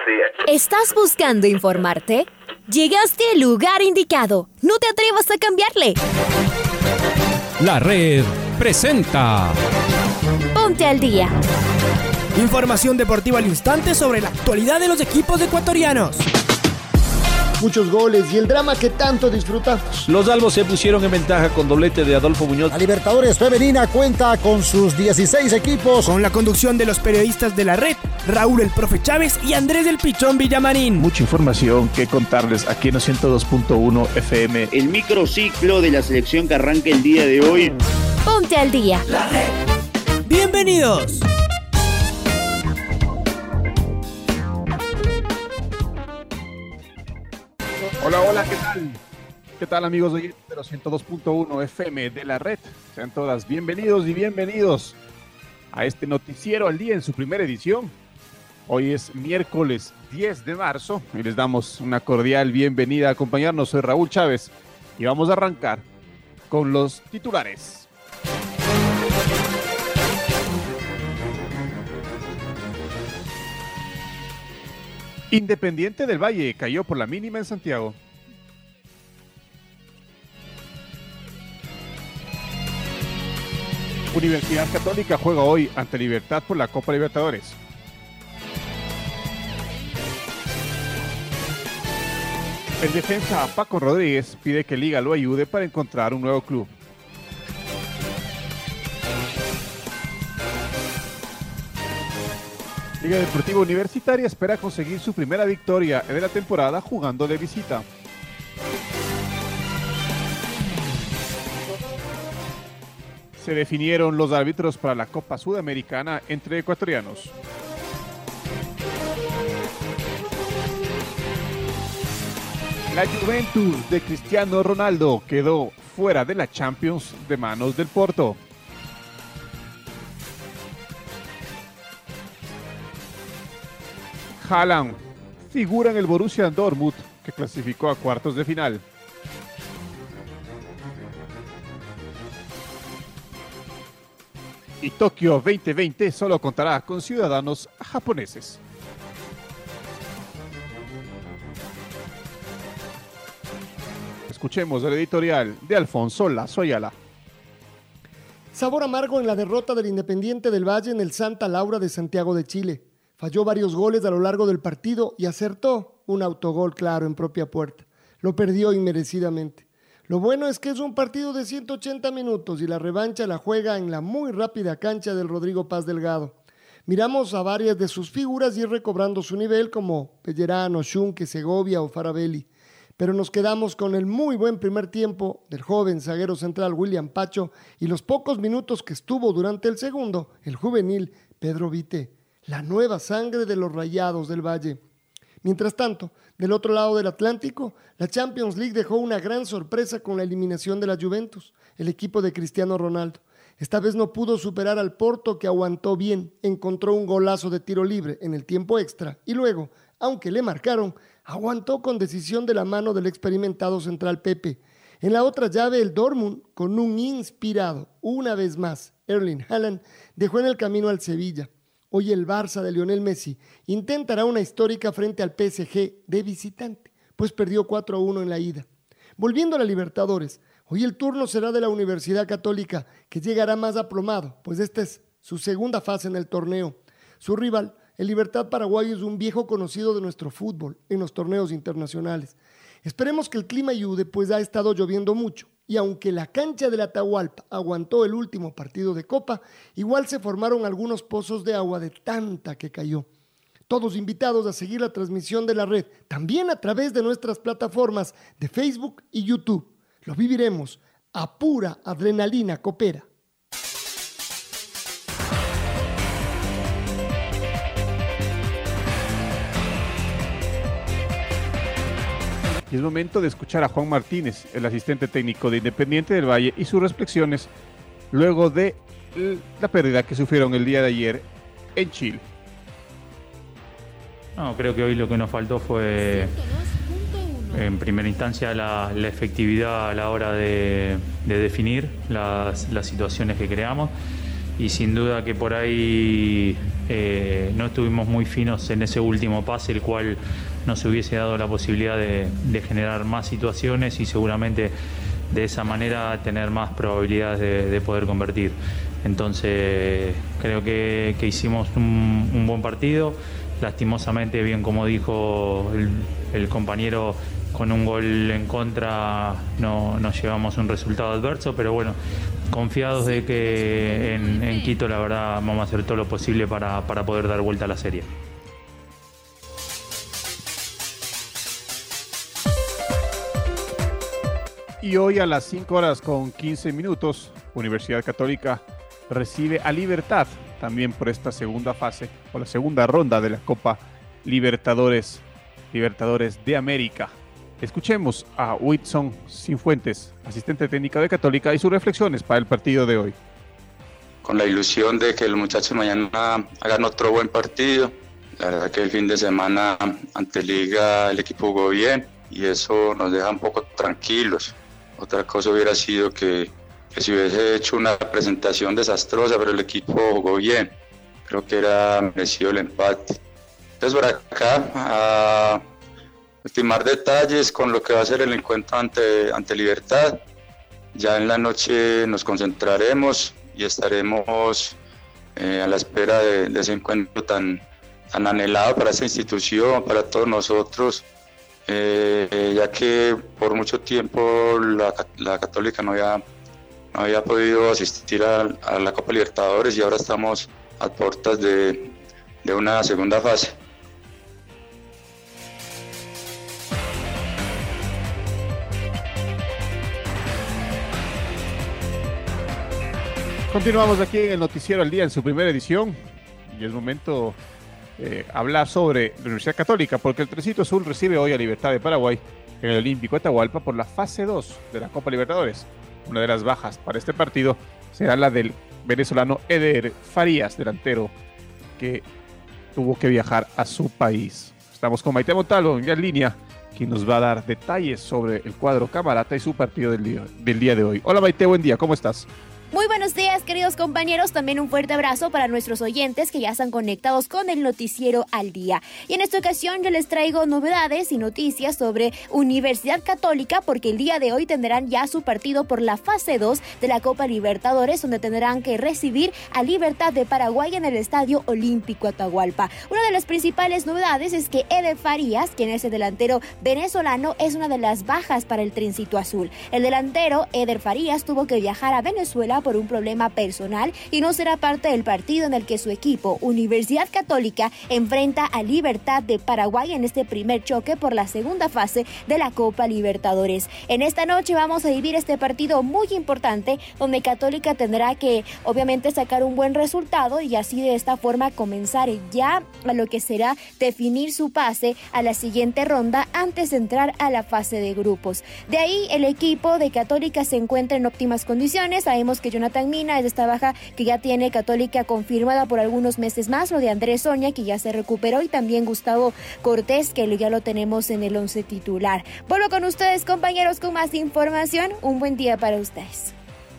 ¿Estás buscando informarte? Llegaste al lugar indicado. No te atrevas a cambiarle. La Red presenta Ponte al día. Información deportiva al instante sobre la actualidad de los equipos ecuatorianos. Muchos goles y el drama que tanto disfrutamos. Los albos se pusieron en ventaja con doblete de Adolfo Muñoz. La Libertadores Femenina cuenta con sus 16 equipos. Con la conducción de los periodistas de La Red, Raúl el Profe Chávez y Andrés del Pichón Villamarín. Mucha información que contarles aquí en 102.1 FM. El microciclo de la selección que arranca el día de hoy. Ponte al día. La Red. Bienvenidos. Hola, ¿qué tal? ¿Qué tal, amigos de los 102.1 FM de La Red? Sean todas bienvenidos y bienvenidos a este noticiero al día en su primera edición. Hoy es miércoles 10 de marzo y les damos una cordial bienvenida a acompañarnos. Soy Raúl Chávez y vamos a arrancar con los titulares. Independiente del Valle cayó por la mínima en Santiago. Universidad Católica juega hoy ante Libertad por la Copa Libertadores. En defensa, Paco Rodríguez pide que Liga lo ayude para encontrar un nuevo club. Liga Deportiva Universitaria espera conseguir su primera victoria de la temporada jugando de visita. Se definieron los árbitros para la Copa Sudamericana entre ecuatorianos. La Juventus de Cristiano Ronaldo quedó fuera de la Champions de manos del Porto. Haaland figura en el Borussia Dortmund, que clasificó a cuartos de final. Y Tokio 2020 solo contará con ciudadanos japoneses. Escuchemos el editorial de Alfonso Lazo Ayala. Sabor amargo en la derrota del Independiente del Valle en el Santa Laura de Santiago de Chile. Falló varios goles a lo largo del partido y acertó un autogol claro en propia puerta. Lo perdió inmerecidamente. Lo bueno es que es un partido de 180 minutos y la revancha la juega en la muy rápida cancha del Rodrigo Paz Delgado. Miramos a varias de sus figuras ir recobrando su nivel como Pellerano, Schunke, Segovia o Farabelli. Pero nos quedamos con el muy buen primer tiempo del joven zaguero central William Pacho y los pocos minutos que estuvo durante el segundo, el juvenil Pedro Vite. La nueva sangre de los Rayados del Valle. Mientras tanto, del otro lado del Atlántico, la Champions League dejó una gran sorpresa con la eliminación de la Juventus, el equipo de Cristiano Ronaldo. Esta vez no pudo superar al Porto, que aguantó bien, encontró un golazo de tiro libre en el tiempo extra y luego, aunque le marcaron, aguantó con decisión de la mano del experimentado central Pepe. En la otra llave, el Dortmund, con un inspirado, una vez más, Erling Haaland, dejó en el camino al Sevilla. Hoy el Barça de Lionel Messi intentará una histórica frente al PSG de visitante, pues perdió 4-1 en la ida. Volviendo a la Libertadores, hoy el turno será de la Universidad Católica, que llegará más aplomado, pues esta es su segunda fase en el torneo. Su rival, el Libertad Paraguayo, es un viejo conocido de nuestro fútbol en los torneos internacionales. Esperemos que el clima ayude, pues ha estado lloviendo mucho. Y aunque la cancha del Atahualpa aguantó el último partido de Copa, igual se formaron algunos pozos de agua de tanta que cayó. Todos invitados a seguir la transmisión de La Red, también a través de nuestras plataformas de Facebook y YouTube. Lo viviremos a pura adrenalina copera. Y es momento de escuchar a Juan Martínez, el asistente técnico de Independiente del Valle, y sus reflexiones luego de la pérdida que sufrieron el día de ayer en Chile. No, creo que hoy lo que nos faltó fue, en primera instancia, la efectividad a la hora de definir las situaciones que creamos. Y sin duda que por ahí no estuvimos muy finos en ese último pase, el cual nos hubiese dado la posibilidad de generar más situaciones y seguramente de esa manera tener más probabilidades de poder convertir. Entonces creo que hicimos un buen partido. Lastimosamente, bien como dijo el compañero, con un gol en contra no nos llevamos un resultado adverso, pero bueno, confiados de que en Quito la verdad vamos a hacer todo lo posible para poder dar vuelta a la serie. Y hoy a las 5:15, Universidad Católica recibe a Libertad, también por esta segunda fase, o la segunda ronda de la Copa Libertadores de América. Escuchemos a Whitson Cifuentes, asistente técnico de Católica, y sus reflexiones para el partido de hoy. Con la ilusión de que los muchachos mañana hagan otro buen partido. La verdad que el fin de semana ante Liga el equipo jugó bien y eso nos deja un poco tranquilos. Otra cosa hubiera sido que se hubiese hecho una presentación desastrosa, pero el equipo jugó bien. Creo que era merecido el empate. Entonces por acá a ultimar detalles con lo que va a ser el encuentro ante Libertad. Ya en la noche nos concentraremos y estaremos a la espera de ese encuentro tan anhelado para esta institución, para todos nosotros, ya que por mucho tiempo la Católica no había podido asistir a la Copa Libertadores y ahora estamos a puertas de una segunda fase. Continuamos aquí en el Noticiero al Día en su primera edición y es momento de hablar sobre la Universidad Católica, porque el Trencito Azul recibe hoy a Libertad de Paraguay en el Olímpico Atahualpa por la fase 2 de la Copa Libertadores. Una de las bajas para este partido será la del venezolano Eder Farías, delantero que tuvo que viajar a su país. Estamos con Maite Montalvo ya en línea, quien nos va a dar detalles sobre el cuadro Camarata y su partido del día de hoy. Hola Maite, buen día, ¿cómo estás? Muy buenos días, queridos compañeros. También un fuerte abrazo para nuestros oyentes que ya están conectados con el Noticiero al Día. Y en esta ocasión yo les traigo novedades y noticias sobre Universidad Católica, porque el día de hoy tendrán ya su partido por la fase 2 de la Copa Libertadores, donde tendrán que recibir a Libertad de Paraguay en el Estadio Olímpico Atahualpa. Una de las principales novedades es que Eder Farías, quien es el delantero venezolano, es una de las bajas para el Trencito Azul. El delantero Eder Farías tuvo que viajar a Venezuela por un problema personal y no será parte del partido en el que su equipo, Universidad Católica, enfrenta a Libertad de Paraguay en este primer choque por la segunda fase de la Copa Libertadores. En esta noche vamos a vivir este partido muy importante, donde Católica tendrá que obviamente sacar un buen resultado y así de esta forma comenzar ya a lo que será definir su pase a la siguiente ronda antes de entrar a la fase de grupos. De ahí el equipo de Católica se encuentra en óptimas condiciones. Sabemos que Jonathan Mina es esta baja que ya tiene Católica confirmada por algunos meses más, lo de Andrés Oña, que ya se recuperó, y también Gustavo Cortés, que ya lo tenemos en el 11 titular. Vuelvo con ustedes, compañeros, con más información. Un buen día para ustedes.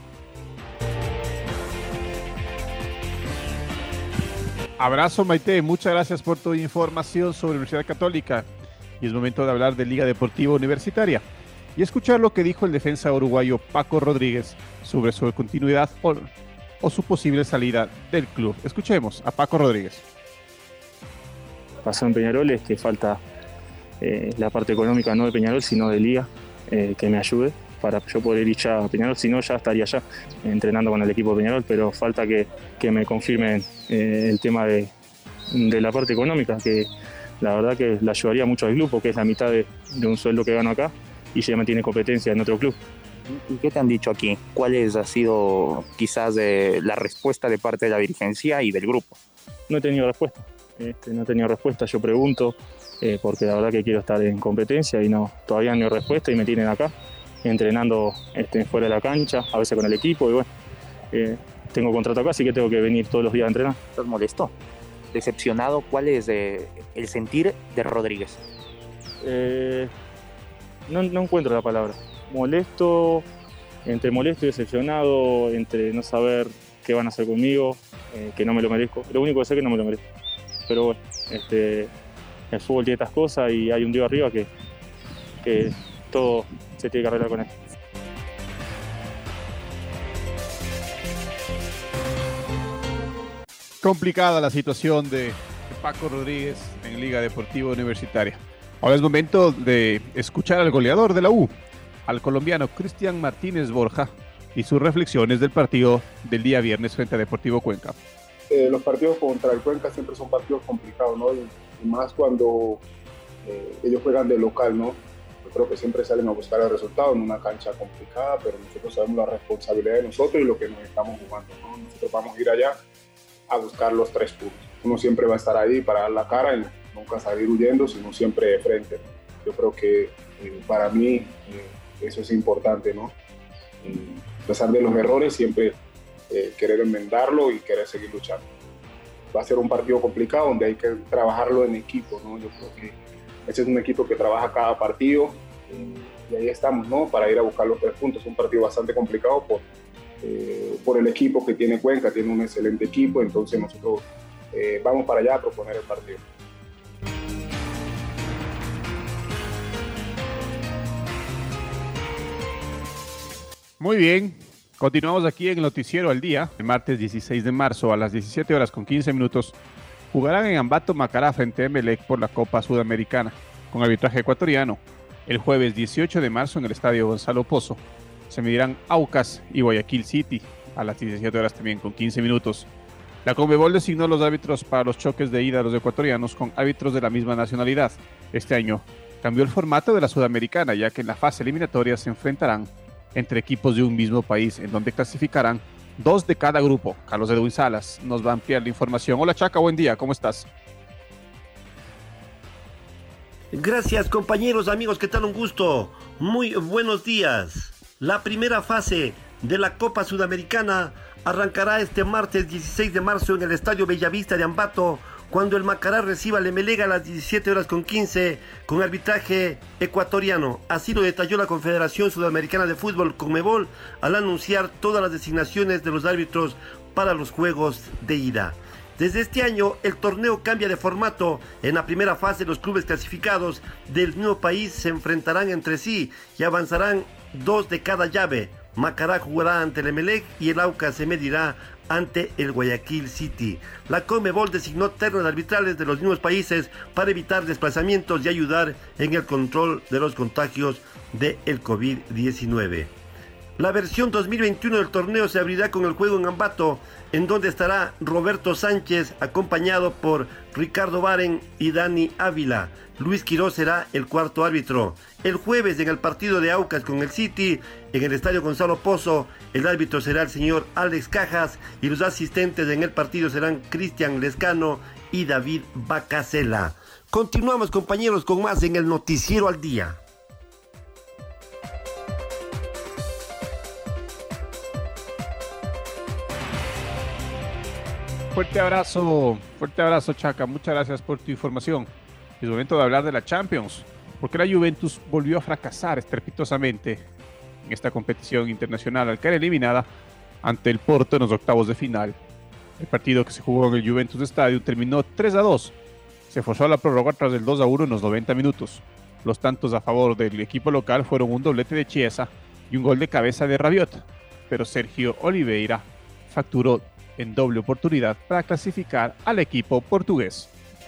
Abrazo Maite, muchas gracias por tu información sobre Universidad Católica. Y es momento de hablar de Liga Deportiva Universitaria y escuchar lo que dijo el defensa uruguayo Paco Rodríguez sobre su continuidad o su posible salida del club. Escuchemos a Paco Rodríguez. Pasó en Peñarol es que falta la parte económica, no de Peñarol, sino de Liga, que me ayude para yo poder ir ya a Peñarol. Si no, ya estaría ya entrenando con el equipo de Peñarol, pero falta que me confirmen el tema de la parte económica, que la verdad que le ayudaría mucho al club, porque es la mitad de un sueldo que gano acá y ya me tiene competencia en otro club. ¿Y qué te han dicho aquí? ¿Cuál ha sido quizás la respuesta de parte de la dirigencia y del grupo? No he tenido respuesta, yo pregunto, porque la verdad que quiero estar en competencia y todavía no hay respuesta y me tienen acá, entrenando fuera de la cancha, a veces con el equipo y bueno, tengo contrato acá, así que tengo que venir todos los días a entrenar. ¿Estás molesto? ¿Decepcionado? ¿Cuál es el sentir de Rodríguez? No encuentro la palabra. Molesto, entre molesto y decepcionado, entre no saber qué van a hacer conmigo. que no me lo merezco. Lo único que sé es que no me lo merezco. Pero bueno, el fútbol tiene estas cosas y hay un Dios arriba que todo se tiene que arreglar con él. Complicada la situación de Paco Rodríguez en Liga Deportiva Universitaria. Ahora es momento de escuchar al goleador de la U, al colombiano Cristian Martínez Borja, y sus reflexiones del partido del día viernes frente a Deportivo Cuenca. Los partidos contra el Cuenca siempre son partidos complicados, ¿no? Y más cuando ellos juegan de local, ¿no? Yo creo que siempre salen a buscar el resultado en una cancha complicada, pero nosotros sabemos la responsabilidad de nosotros y lo que nos estamos jugando, ¿no? Nosotros vamos a ir allá a buscar los 3 puntos. Uno siempre va a estar ahí para dar la cara y nunca salir huyendo, sino siempre de frente, ¿no? Yo creo que para mí eso es importante, ¿no? A pesar de los errores, siempre querer enmendarlo y querer seguir luchando. Va a ser un partido complicado donde hay que trabajarlo en equipo, ¿no? Yo creo que ese es un equipo que trabaja cada partido y ahí estamos, ¿no? Para ir a buscar los 3 puntos. Es un partido bastante complicado por el equipo que tiene Cuenca, tiene un excelente equipo, entonces nosotros vamos para allá a proponer el partido. Muy bien, continuamos aquí en el Noticiero al Día. El martes 16 de marzo a las 17 horas con 15 minutos jugarán en Ambato Macará frente a Emelec por la Copa Sudamericana con arbitraje ecuatoriano. El jueves 18 de marzo en el Estadio Gonzalo Pozo se medirán Aucas y Guayaquil City a las 17 horas también con 15 minutos. La Conmebol designó los árbitros para los choques de ida de los ecuatorianos con árbitros de la misma nacionalidad. Este año cambió el formato de la Sudamericana, ya que en la fase eliminatoria se enfrentarán entre equipos de un mismo país, en donde clasificarán 2 de cada grupo. Carlos Edwin Salas nos va a ampliar la información. Hola Chaca, buen día, ¿cómo estás? Gracias compañeros, amigos, ¿qué tal? Un gusto. Muy buenos días. La primera fase de la Copa Sudamericana arrancará este martes 16 de marzo en el Estadio Bellavista de Ambato, cuando el Macará reciba al Emelec a las 17 horas con 15 con arbitraje ecuatoriano. Así lo detalló la Confederación Sudamericana de Fútbol, Conmebol, al anunciar todas las designaciones de los árbitros para los juegos de ida. Desde este año, el torneo cambia de formato. En la primera fase, los clubes clasificados del mismo país se enfrentarán entre sí y avanzarán 2 de cada llave. Macará jugará ante el Emelec y el Aucas se medirá ante el Guayaquil City. La Conmebol designó ternas arbitrales de los mismos países para evitar desplazamientos y ayudar en el control de los contagios del COVID-19. La versión 2021 del torneo se abrirá con el juego en Ambato, en donde estará Roberto Sánchez, acompañado por Ricardo Baren y Dani Ávila. Luis Quiroz será el cuarto árbitro. El jueves, en el partido de Aucas con el City, en el Estadio Gonzalo Pozo, el árbitro será el señor Alex Cajas y los asistentes en el partido serán Cristian Lescano y David Bacasela. Continuamos, compañeros, con más en el Noticiero al Día. Fuerte abrazo Chaca, muchas gracias por tu información. Es momento de hablar de la Champions, porque la Juventus volvió a fracasar estrepitosamente en esta competición internacional al caer eliminada ante el Porto en los octavos de final. El partido que se jugó en el Juventus Stadium terminó 3-2. Se forzó a la prórroga tras el 2-1 en los 90 minutos. Los tantos a favor del equipo local fueron un doblete de Chiesa y un gol de cabeza de Rabiot, pero Sergio Oliveira facturó en doble oportunidad para clasificar al equipo portugués.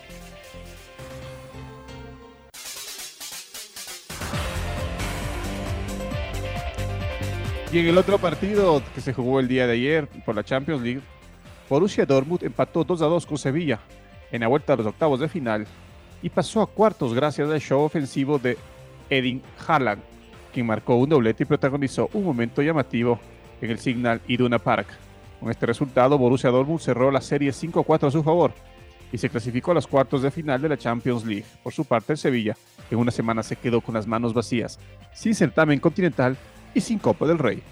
Y en el otro partido que se jugó el día de ayer por la Champions League, Borussia Dortmund empató 2-2 con Sevilla en la vuelta a los octavos de final y pasó a cuartos gracias al show ofensivo de Erling Haaland, quien marcó un doblete y protagonizó un momento llamativo en el Signal Iduna Park. Con este resultado, Borussia Dortmund cerró la serie 5-4 a su favor y se clasificó a los cuartos de final de la Champions League. Por su parte, el Sevilla, en una semana se quedó con las manos vacías, sin certamen continental y sin Copa del Rey.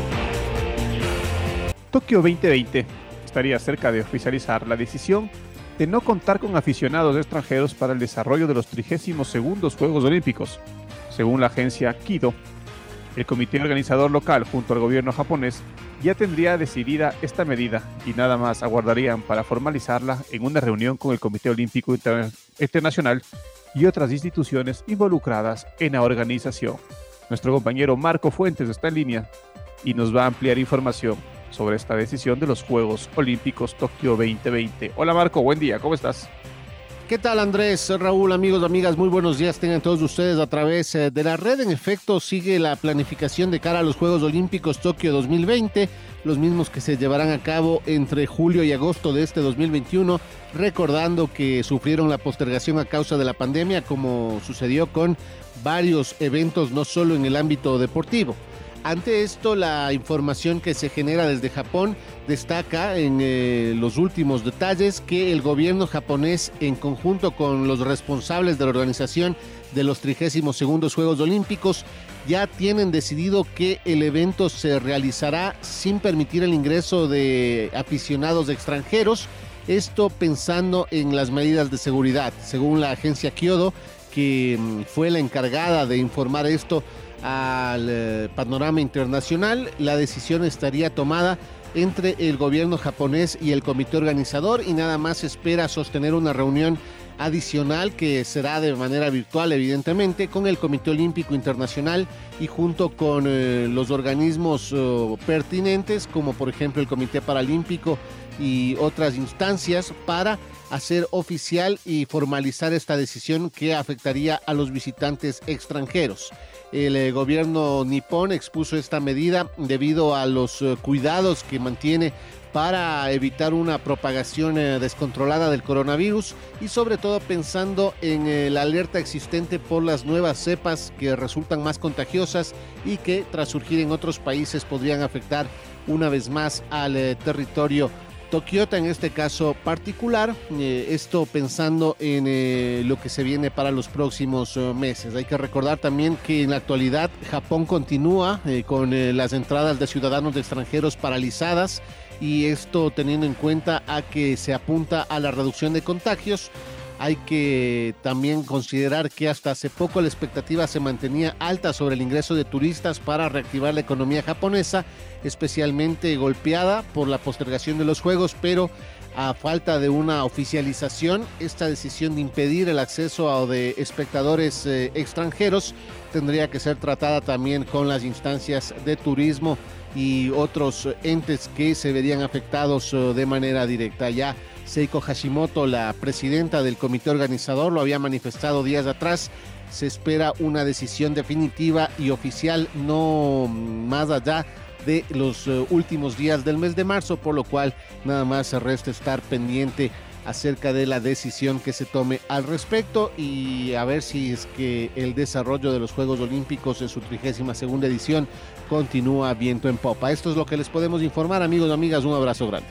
Tokio 2020 estaría cerca de oficializar la decisión de no contar con aficionados extranjeros para el desarrollo de los 32º Juegos Olímpicos. Según la agencia Kido, el comité organizador local junto al gobierno japonés ya tendría decidida esta medida y nada más aguardarían para formalizarla en una reunión con el Comité Olímpico Internacional y otras instituciones involucradas en la organización. Nuestro compañero Marco Fuentes está en línea y nos va a ampliar información sobre esta decisión de los Juegos Olímpicos Tokio 2020. Hola Marco, buen día, ¿cómo estás? ¿Qué tal Andrés, Raúl, amigos, amigas? Muy buenos días tengan todos ustedes a través de la red. En efecto, sigue la planificación de cara a los Juegos Olímpicos Tokio 2020, los mismos que se llevarán a cabo entre julio y agosto de este 2021, recordando que sufrieron la postergación a causa de la pandemia, como sucedió con varios eventos, no solo en el ámbito deportivo. Ante esto, la información que se genera desde Japón destaca en los últimos detalles que el gobierno japonés, en conjunto con los responsables de la organización de los 32º Juegos Olímpicos, ya tienen decidido que el evento se realizará sin permitir el ingreso de aficionados extranjeros, esto pensando en las medidas de seguridad. Según la agencia Kyodo, que fue la encargada de informar esto al panorama internacional, la decisión estaría tomada entre el gobierno japonés y el comité organizador y nada más espera sostener una reunión adicional que será de manera virtual, evidentemente, con el Comité Olímpico Internacional y junto con los organismos pertinentes, como por ejemplo el Comité Paralímpico y otras instancias, para hacer oficial y formalizar esta decisión que afectaría a los visitantes extranjeros. El gobierno nipón expuso esta medida debido a los cuidados que mantiene para evitar una propagación descontrolada del coronavirus y sobre todo pensando en la alerta existente por las nuevas cepas que resultan más contagiosas y que tras surgir en otros países podrían afectar una vez más al territorio tokiota en este caso particular, esto pensando en lo que se viene para los próximos meses. Hay que recordar también que en la actualidad Japón continúa con las entradas de ciudadanos extranjeros paralizadas y esto teniendo en cuenta a que se apunta a la reducción de contagios. Hay que también considerar que hasta hace poco la expectativa se mantenía alta sobre el ingreso de turistas para reactivar la economía japonesa, especialmente golpeada por la postergación de los Juegos, pero a falta de una oficialización, esta decisión de impedir el acceso de espectadores extranjeros tendría que ser tratada también con las instancias de turismo y otros entes que se verían afectados de manera directa. Ya Seiko Hashimoto, la presidenta del comité organizador, lo había manifestado días atrás. Se espera una decisión definitiva y oficial no más allá de los últimos días del mes de marzo, por lo cual nada más se resta estar pendiente acerca de la decisión que se tome al respecto y a ver si es que el desarrollo de los Juegos Olímpicos en su 32ª edición continúa viento en popa. Esto es lo que les podemos informar, amigos y amigas. Un abrazo grande.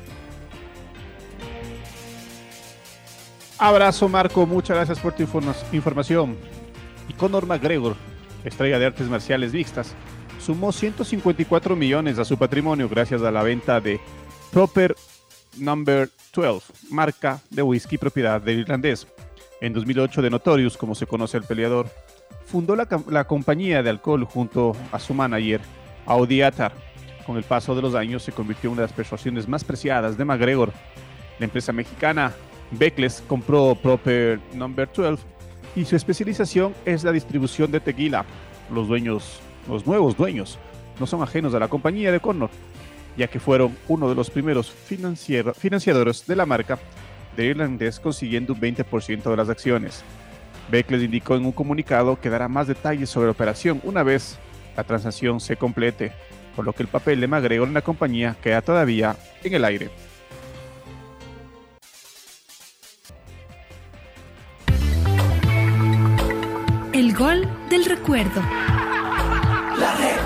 Abrazo Marco, muchas gracias por tu información. Y Conor McGregor, estrella de artes marciales mixtas, sumó 154 millones a su patrimonio gracias a la venta de Proper Number 12, marca de whisky propiedad del irlandés. En 2008, The Notorious, como se conoce al peleador, fundó la compañía de alcohol junto a su manager, Audi Attar. Con el paso de los años se convirtió en una de las persuasiones más preciadas de McGregor. La empresa mexicana Beckless compró Proper Number 12 y su especialización es la distribución de tequila. Los nuevos dueños, no son ajenos a la compañía de Conor, ya que fueron uno de los primeros financiadores de la marca del irlandés, consiguiendo un 20% de las acciones. Beckless indicó en un comunicado que dará más detalles sobre la operación una vez la transacción se complete, por lo que el papel de McGregor en la compañía queda todavía en el aire. El gol del recuerdo. La red.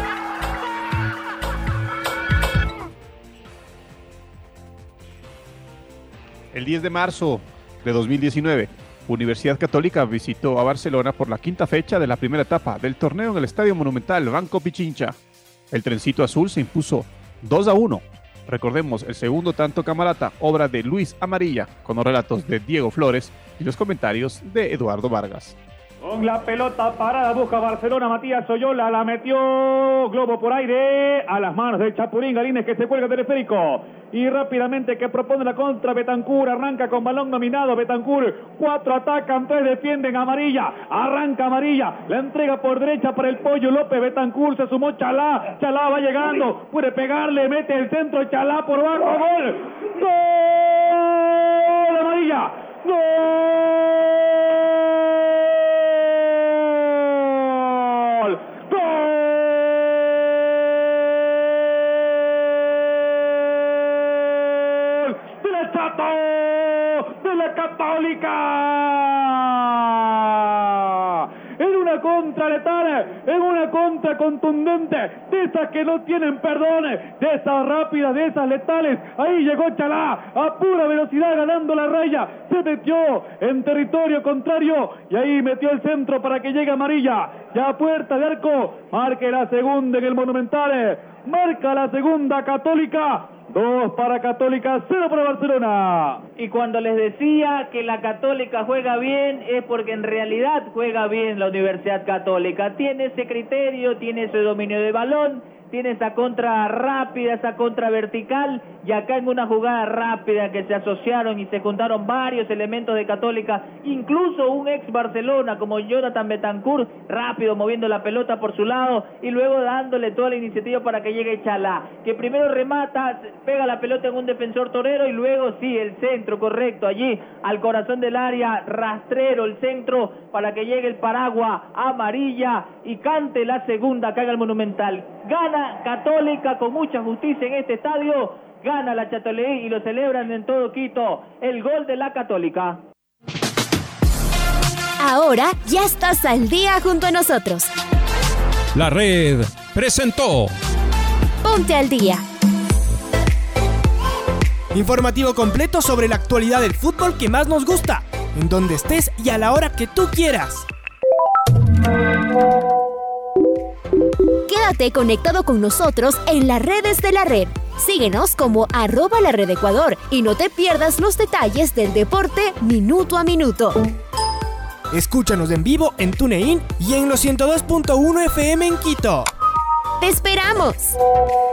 El 10 de marzo de 2019, Universidad Católica visitó a Barcelona por la quinta fecha de la primera etapa del torneo en el Estadio Monumental Banco Pichincha. El trencito azul se impuso 2-1 Recordemos, el segundo tanto Camarata, obra de Luis Amarilla, con los relatos de Diego Flores y los comentarios de Eduardo Vargas. Con la pelota parada busca Barcelona, Matías Oyola, la metió, globo por aire, a las manos del Chapulín Galines que se cuelga teleférico. Y rápidamente que propone la contra, Betancur arranca con balón dominado, Betancur, 4 atacan, 3 defienden, Amarilla, arranca Amarilla, la entrega por derecha para el Pollo López, Betancur, se sumó Chalá, Chalá va llegando, puede pegarle, mete el centro, Chalá por bajo, gol, gol, Amarilla, gol. De la Católica, en una contra letal, en una contra contundente, de esas que no tienen perdón, de esas rápidas, de esas letales. Ahí llegó Chalá a pura velocidad ganando la raya, se metió en territorio contrario y ahí metió el centro para que llegue Amarilla, ya a puerta de arco, marque la segunda en el Monumental, marca la segunda Católica. 2 para Católica, 0 para Barcelona. Y cuando les decía que la Católica juega bien, es porque en realidad juega bien la Universidad Católica. Tiene ese criterio, tiene ese dominio de balón, tiene esa contra rápida, esa contra vertical, y acá en una jugada rápida que se asociaron y se juntaron varios elementos de Católica, incluso un ex Barcelona como Jonathan Betancur, rápido moviendo la pelota por su lado y luego dándole toda la iniciativa para que llegue Chalá, que primero remata, pega la pelota en un defensor torero y luego sí, el centro correcto allí al corazón del área, rastrero el centro para que llegue el Paragua, Amarilla, y cante la segunda acá en el Monumental. Gana Católica con mucha justicia en este estadio, gana la Châtelet y lo celebran en todo Quito, el gol de la Católica. Ahora ya estás al día junto a nosotros. La Red presentó Ponte al Día. Informativo completo sobre la actualidad del fútbol que más nos gusta, en donde estés y a la hora que tú quieras. Quédate conectado con nosotros en las redes de la Red. Síguenos como @LaRedEcuador y no te pierdas los detalles del deporte minuto a minuto. Escúchanos en vivo en TuneIn y en los 102.1 FM en Quito. ¡Te esperamos!